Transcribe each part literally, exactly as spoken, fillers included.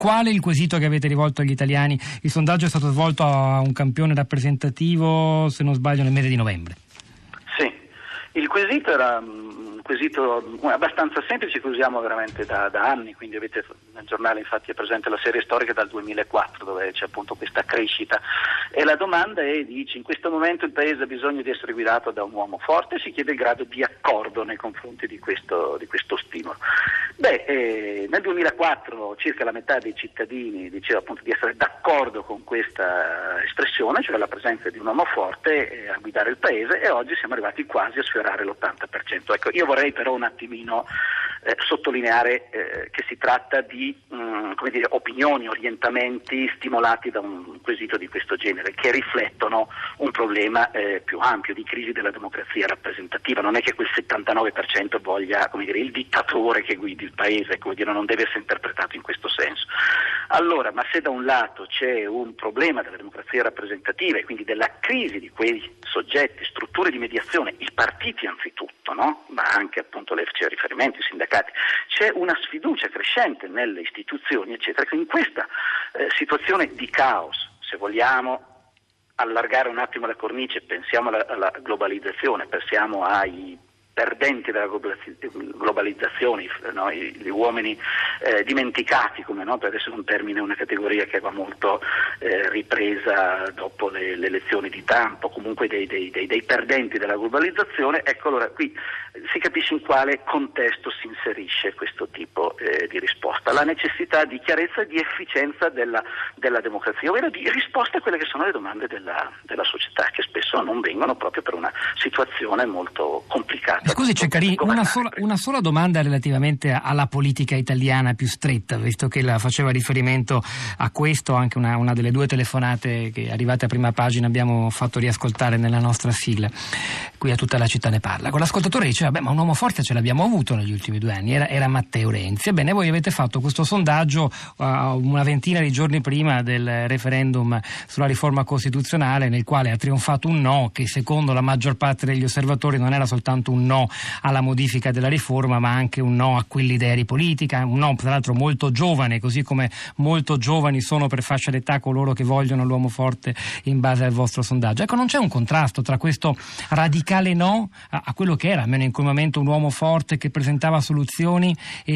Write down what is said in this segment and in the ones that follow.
Qual è il quesito che avete rivolto agli italiani? Il sondaggio è stato svolto a un campione rappresentativo, se non sbaglio, nel mese di novembre. Sì, il quesito era un quesito abbastanza semplice che usiamo veramente da, da anni, quindi avete nel giornale infatti è presente la serie storica dal duemilaquattro dove c'è appunto questa crescita e la domanda è, dice, in questo momento il paese ha bisogno di essere guidato da un uomo forte, si chiede il grado di accordo nei confronti di questo, di questo stimolo. Beh, eh, nel duemilaquattro circa la metà dei cittadini diceva appunto di essere d'accordo con questa espressione, cioè la presenza di un uomo forte eh, a guidare il paese, e oggi siamo arrivati quasi a sfiorare l'ottanta per cento. Ecco, io vorrei però un attimino eh, sottolineare eh, che si tratta di mh, come dire, opinioni, orientamenti stimolati da un quesito di questo genere, che riflettono un problema eh, più ampio di crisi della democrazia rappresentativa. Non è che quel settantanove per cento voglia, come dire, il dittatore che guidi il paese, come dire, non deve essere interpretato in questo senso. Allora, ma se da un lato c'è un problema della democrazia rappresentativa e quindi della crisi di quei soggetti, strutture di mediazione, i partiti anzitutto, no? Ma anche appunto le c'è riferimento ai sindacati, c'è una sfiducia crescente nelle istituzioni, eccetera, che in questa eh, situazione di caos, se vogliamo allargare un attimo la cornice, pensiamo alla, alla globalizzazione, pensiamo ai perdenti della globalizzazione, no? Gli uomini eh, dimenticati, come no? Per essere un termine, una categoria che va molto eh, ripresa dopo le, le elezioni di Trump, o comunque dei, dei, dei, dei perdenti della globalizzazione. Ecco, allora qui si capisce in quale contesto si inserisce questo tipo eh, di risposta, la necessità di chiarezza e di efficienza della, della democrazia, ovvero di risposta a quelle che sono le domande della, della società, che spesso non vengono proprio per una situazione molto complicata. Scusi Ceccarini, una sola, una sola domanda relativamente alla politica italiana più stretta, visto che la faceva riferimento a questo anche una, una delle due telefonate che arrivate a prima pagina abbiamo fatto riascoltare nella nostra sigla, qui a Tutta la città ne parla. Con l'ascoltatore diceva, beh, ma un uomo forte ce l'abbiamo avuto negli ultimi due anni, era, era Matteo Renzi. Ebbene, voi avete fatto questo sondaggio uh, una ventina di giorni prima del referendum sulla riforma costituzionale, nel quale ha trionfato un no che secondo la maggior parte degli osservatori non era soltanto un no alla modifica della riforma, ma anche un no a quell'idea di politica, un no tra l'altro molto giovane, così come molto giovani sono per fascia d'età coloro che vogliono l'uomo forte in base al vostro sondaggio. Ecco, non c'è un contrasto tra questo radicale no a, a quello che era, almeno in quel momento, un uomo forte che presentava soluzioni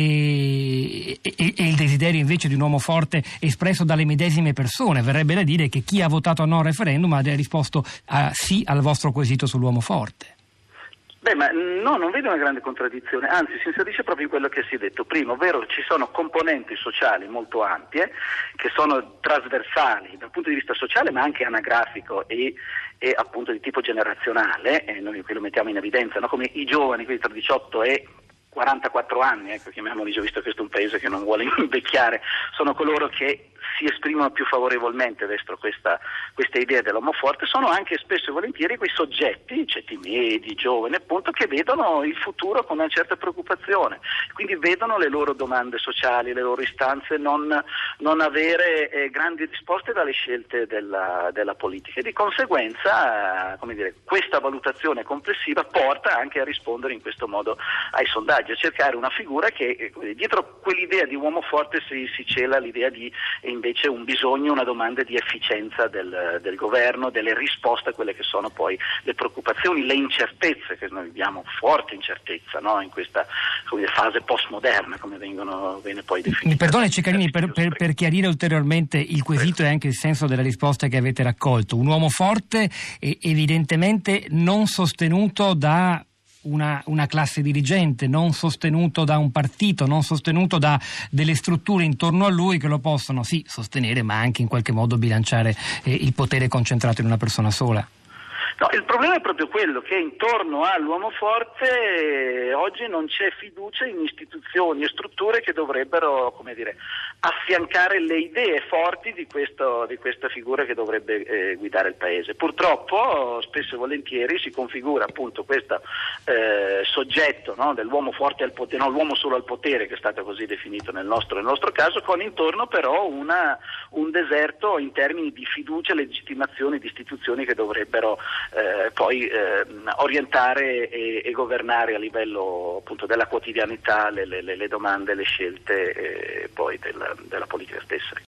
e, e, e il desiderio invece di un uomo forte espresso dalle medesime persone. Verrebbe da dire che chi ha votato a no al referendum ha risposto a sì al vostro quesito sull'uomo forte. Beh, ma no, non vedo una grande contraddizione, anzi si inserisce proprio in quello che si è detto prima, ovvero ci sono componenti sociali molto ampie che sono trasversali dal punto di vista sociale ma anche anagrafico e, e appunto di tipo generazionale, e noi qui lo mettiamo in evidenza, no? Come i giovani, quindi tra diciotto e quarantaquattro anni, ecco, chiamiamoli, già visto che questo è un paese che non vuole invecchiare, sono coloro che si esprimono più favorevolmente verso questa, questa idea dell'uomo forte, sono anche spesso e volentieri quei soggetti, ceti medi, giovani appunto, che vedono il futuro con una certa preoccupazione, quindi vedono le loro domande sociali, le loro istanze non, non avere eh, grandi risposte dalle scelte della, della politica, e di conseguenza eh, come dire, questa valutazione complessiva porta anche a rispondere in questo modo ai sondaggi, a cercare una figura che eh, dietro quell'idea di uomo forte si, si cela l'idea di eh, invece un bisogno, una domanda di efficienza del, del governo, delle risposte a quelle che sono poi le preoccupazioni, le incertezze, che noi viviamo forte incertezza, no? In questa come, fase postmoderna, come vengono, viene poi definita. Mi perdoni Ceccarini, per, per, per chiarire ulteriormente il quesito e anche il senso della risposta che avete raccolto. Un uomo forte e evidentemente non sostenuto da Una, una classe dirigente, non sostenuto da un partito, non sostenuto da delle strutture intorno a lui che lo possono sì sostenere, ma anche in qualche modo bilanciare eh, il potere concentrato in una persona sola. No, il problema è proprio quello che intorno all'uomo forte eh, oggi non c'è fiducia in istituzioni e strutture che dovrebbero, come dire, affiancare le idee forti di, questo, di questa figura che dovrebbe eh, guidare il paese. Purtroppo spesso e volentieri si configura appunto questo eh, soggetto, no, dell'uomo forte al potere, no, l'uomo solo al potere, che è stato così definito nel nostro, nel nostro caso, con intorno però una, un deserto in termini di fiducia e legittimazione di istituzioni che dovrebbero eh, poi eh, orientare e, e governare a livello appunto della quotidianità le, le, le domande, le scelte eh, poi della, della politica stessa.